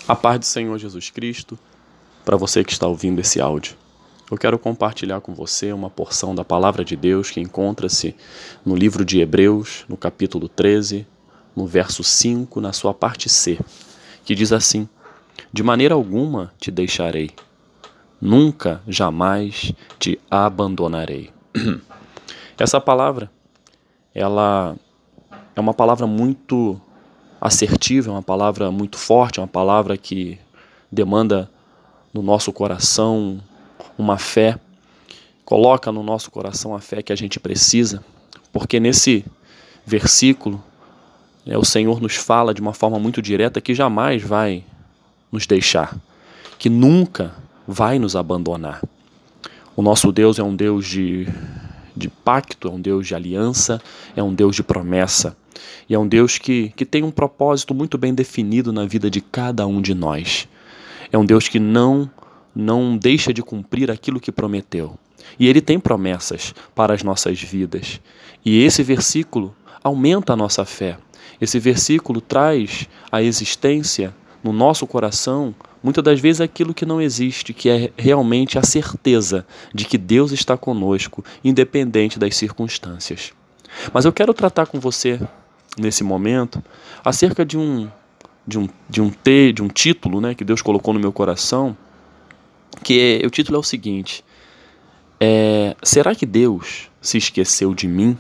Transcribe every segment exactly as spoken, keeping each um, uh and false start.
A paz do Senhor Jesus Cristo, para você que está ouvindo esse áudio. Eu quero compartilhar com você uma porção da Palavra de Deus que encontra-se no livro de Hebreus, no capítulo treze, no verso cinco, na sua parte C, que diz assim: de maneira alguma te deixarei, nunca, jamais te abandonarei. Essa palavra, ela é uma palavra muito assertiva, é uma palavra muito forte, é uma palavra que demanda no nosso coração uma fé, coloca no nosso coração a fé que a gente precisa, porque nesse versículo é, o Senhor nos fala de uma forma muito direta que jamais vai nos deixar, que nunca vai nos abandonar. O nosso Deus é um Deus de, de pacto, é um Deus de aliança, é um Deus de promessa. E é um Deus que, que tem um propósito muito bem definido na vida de cada um de nós. É um Deus que não, não deixa de cumprir aquilo que prometeu. E Ele tem promessas para as nossas vidas. E esse versículo aumenta a nossa fé. Esse versículo traz à existência, no nosso coração, muitas das vezes aquilo que não existe, que é realmente a certeza de que Deus está conosco, independente das circunstâncias. Mas eu quero tratar com você nesse momento acerca de um de um de um te, de um título, né, que Deus colocou no meu coração, que é, o título é o seguinte: é, será que Deus se esqueceu de mim?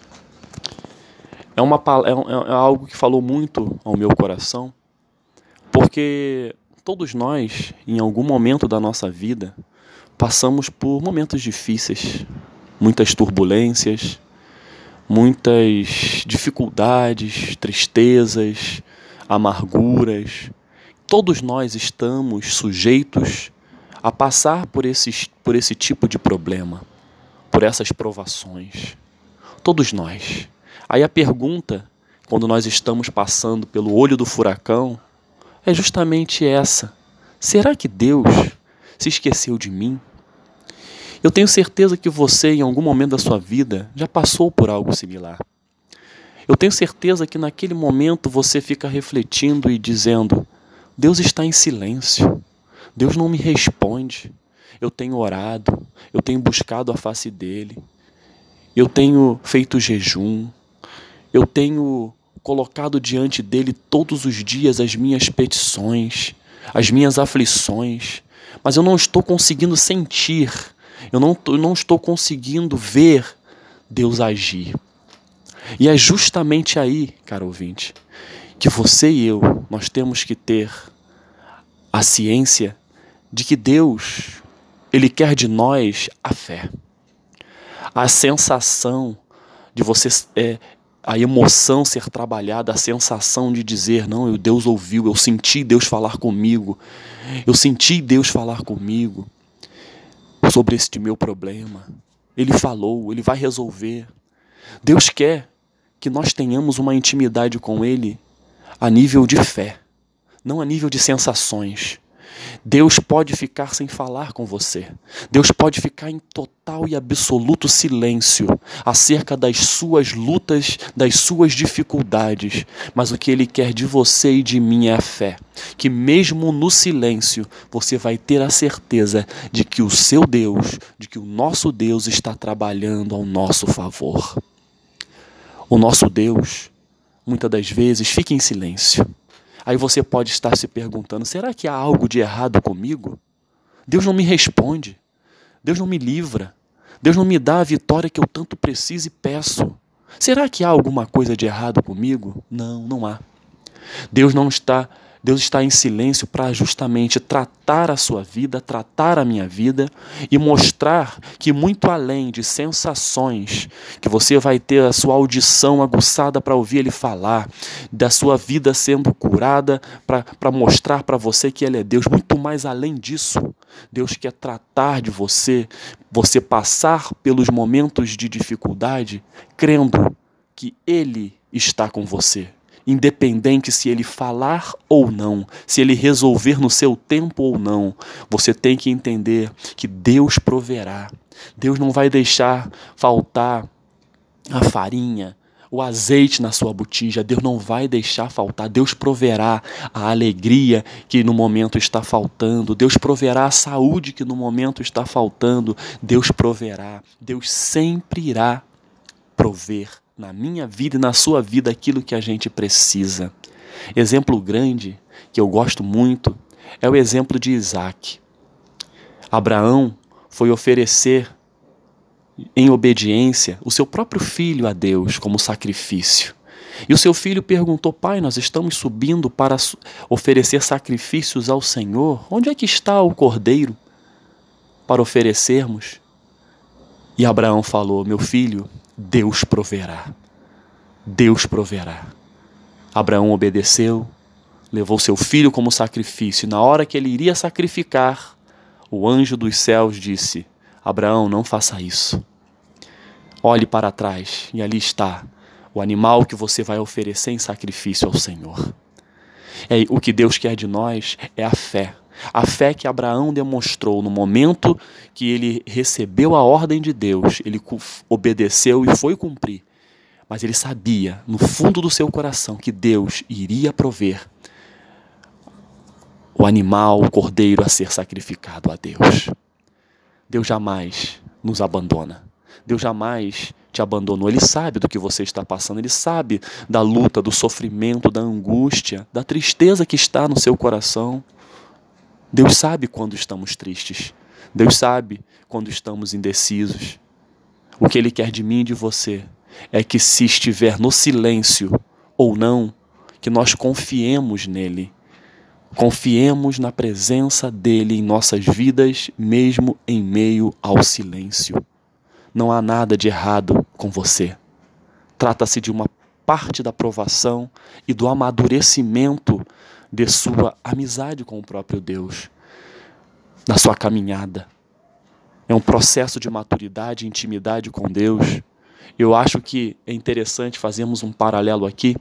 É uma é, é algo que falou muito ao meu coração, porque todos nós, em algum momento da nossa vida, passamos por momentos difíceis, muitas turbulências, muitas dificuldades, tristezas, amarguras. Todos nós estamos sujeitos a passar por, esses, por esse tipo de problema, por essas provações. Todos nós. Aí a pergunta, quando nós estamos passando pelo olho do furacão, é justamente essa: será que Deus se esqueceu de mim? Eu tenho certeza que você, em algum momento da sua vida, já passou por algo similar. Eu tenho certeza que naquele momento você fica refletindo e dizendo: Deus está em silêncio, Deus não me responde. Eu tenho orado, eu tenho buscado a face dele, eu tenho feito jejum, eu tenho colocado diante dele todos os dias as minhas petições, as minhas aflições, mas eu não estou conseguindo sentir, Eu não, eu não estou conseguindo ver Deus agir. E é justamente aí, caro ouvinte, que você e eu, nós temos que ter a ciência de que Deus, Ele quer de nós a fé. A sensação de você, é, a emoção ser trabalhada, a sensação de dizer: não, Deus ouviu, eu senti Deus falar comigo, eu senti Deus falar comigo sobre este meu problema. Ele falou, Ele vai resolver. Deus quer que nós tenhamos uma intimidade com Ele a nível de fé, não a nível de sensações. Deus pode ficar sem falar com você. Deus pode ficar em total e absoluto silêncio acerca das suas lutas, das suas dificuldades. Mas o que Ele quer de você e de mim é a fé. Que mesmo no silêncio, você vai ter a certeza de que o seu Deus, de que o nosso Deus está trabalhando ao nosso favor. O nosso Deus, muitas das vezes, fica em silêncio. Aí você pode estar se perguntando: será que há algo de errado comigo? Deus não me responde. Deus não me livra. Deus não me dá a vitória que eu tanto preciso e peço. Será que há alguma coisa de errado comigo? Não, não há. Deus não está, Deus está em silêncio para justamente tratar a sua vida, tratar a minha vida e mostrar que muito além de sensações, que você vai ter a sua audição aguçada para ouvir Ele falar, da sua vida sendo curada para mostrar para você que Ele é Deus, muito mais além disso, Deus quer tratar de você, você passar pelos momentos de dificuldade, crendo que Ele está com você. Independente se Ele falar ou não, se Ele resolver no seu tempo ou não, você tem que entender que Deus proverá. Deus não vai deixar faltar a farinha o azeite na sua botija. Deus não vai deixar faltar. Deus proverá a alegria que no momento está faltando. Deus proverá a saúde que no momento está faltando. Deus proverá. Deus sempre irá prover na minha vida e na sua vida aquilo que a gente precisa. Exemplo grande, que eu gosto muito, é o exemplo de Isaac. Abraão foi oferecer em obediência o seu próprio filho a Deus como sacrifício. E o seu filho perguntou: pai, nós estamos subindo para oferecer sacrifícios ao Senhor. Onde é que está o cordeiro para oferecermos? E Abraão falou: meu filho, Deus proverá. Deus proverá. Abraão obedeceu, levou seu filho como sacrifício. E na hora que ele iria sacrificar, o anjo dos céus disse: Abraão, não faça isso. Olhe para trás e ali está o animal que você vai oferecer em sacrifício ao Senhor. É, o que Deus quer de nós é a fé. A fé que Abraão demonstrou no momento que ele recebeu a ordem de Deus, ele obedeceu e foi cumprir. Mas ele sabia, no fundo do seu coração, que Deus iria prover o animal, o cordeiro a ser sacrificado a Deus. Deus jamais nos abandona. Deus jamais te abandonou. Ele sabe do que você está passando. Ele sabe da luta, do sofrimento, da angústia, da tristeza que está no seu coração. Deus sabe quando estamos tristes. Deus sabe quando estamos indecisos. O que Ele quer de mim e de você é que, se estiver no silêncio ou não, que nós confiemos nele. Confiemos na presença dele em nossas vidas, mesmo em meio ao silêncio. Não há nada de errado com você. Trata-se de uma parte da provação e do amadurecimento de sua amizade com o próprio Deus, na sua caminhada. É um processo de maturidade e intimidade com Deus. Eu acho que é interessante fazermos um paralelo aqui,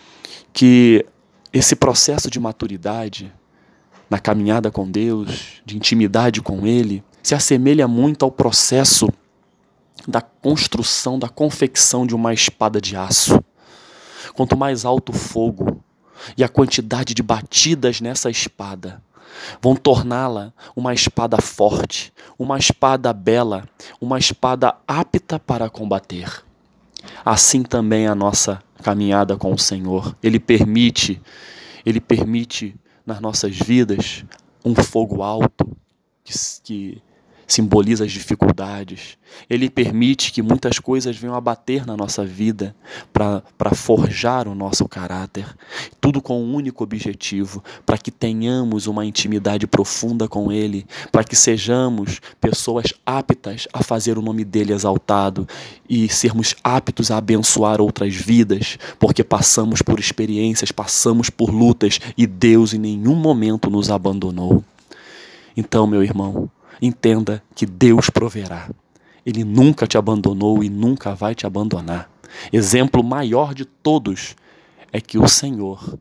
que esse processo de maturidade na caminhada com Deus, de intimidade com Ele, se assemelha muito ao processo da construção, da confecção de uma espada de aço. Quanto mais alto o fogo e a quantidade de batidas nessa espada vão torná-la uma espada forte, uma espada bela, uma espada apta para combater. Assim também a nossa caminhada com o Senhor. Ele permite, Ele permite nas nossas vidas um fogo alto que, que simboliza as dificuldades. Ele permite que muitas coisas venham a bater na nossa vida para forjar o nosso caráter. Tudo com um único objetivo, para que tenhamos uma intimidade profunda com Ele, para que sejamos pessoas aptas a fazer o nome dEle exaltado e sermos aptos a abençoar outras vidas, porque passamos por experiências, passamos por lutas e Deus em nenhum momento nos abandonou. Então, meu irmão, entenda que Deus proverá. Ele nunca te abandonou e nunca vai te abandonar. Exemplo maior de todos é que o Senhor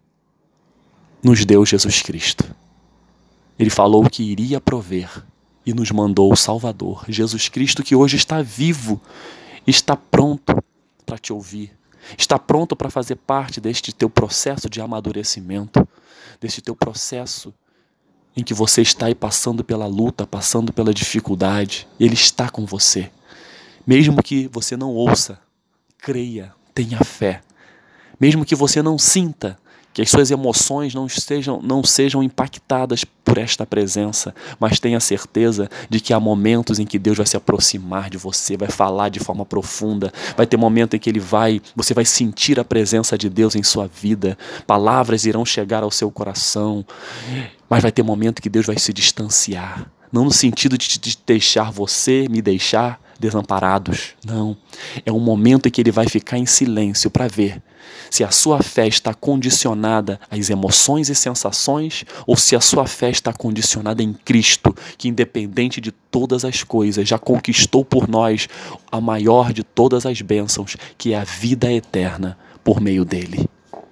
nos deu Jesus Cristo. Ele falou que iria prover e nos mandou o Salvador, Jesus Cristo, que hoje está vivo, está pronto para te ouvir, está pronto para fazer parte deste teu processo de amadurecimento, deste teu processo em que você está aí passando pela luta, passando pela dificuldade. Ele está com você. Mesmo que você não ouça, creia, tenha fé. Mesmo que você não sinta, que as suas emoções não sejam, não sejam impactadas por esta presença, mas tenha certeza de que há momentos em que Deus vai se aproximar de você, vai falar de forma profunda, vai ter momento em que ele vai, você vai sentir a presença de Deus em sua vida, palavras irão chegar ao seu coração, mas vai ter momento que Deus vai se distanciar, não no sentido de te deixar você, me deixar desamparados, não. É um momento em que ele vai ficar em silêncio para ver se a sua fé está condicionada às emoções e sensações ou se a sua fé está condicionada em Cristo, que independente de todas as coisas já conquistou por nós a maior de todas as bênçãos, que é a vida eterna por meio dele.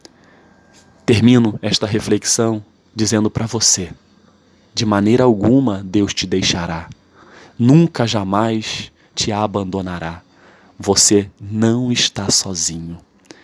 Termino esta reflexão dizendo para você: de maneira alguma Deus te deixará, nunca jamais te abandonará. Você não está sozinho.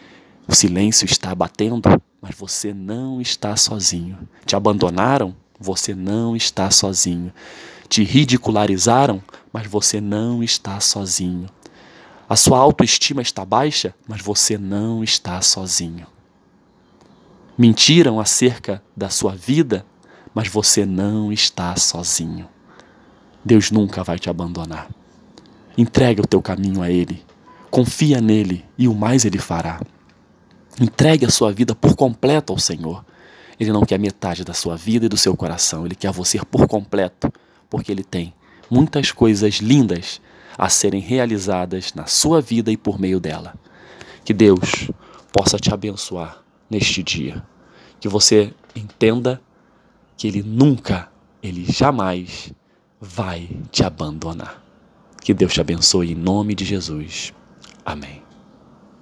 O silêncio está batendo, mas você não está sozinho. Te abandonaram? Você não está sozinho. Te ridicularizaram? Mas você não está sozinho. A sua autoestima está baixa? Mas você não está sozinho. Mentiram acerca da sua vida? Mas você não está sozinho. Deus nunca vai te abandonar. Entrega o teu caminho a Ele. Confia nele e o mais Ele fará. Entregue a sua vida por completo ao Senhor. Ele não quer metade da sua vida e do seu coração. Ele quer você por completo, porque Ele tem muitas coisas lindas a serem realizadas na sua vida e por meio dela. Que Deus possa te abençoar neste dia. Que você entenda que Ele nunca, Ele jamais vai te abandonar. Que Deus te abençoe em nome de Jesus. Amém.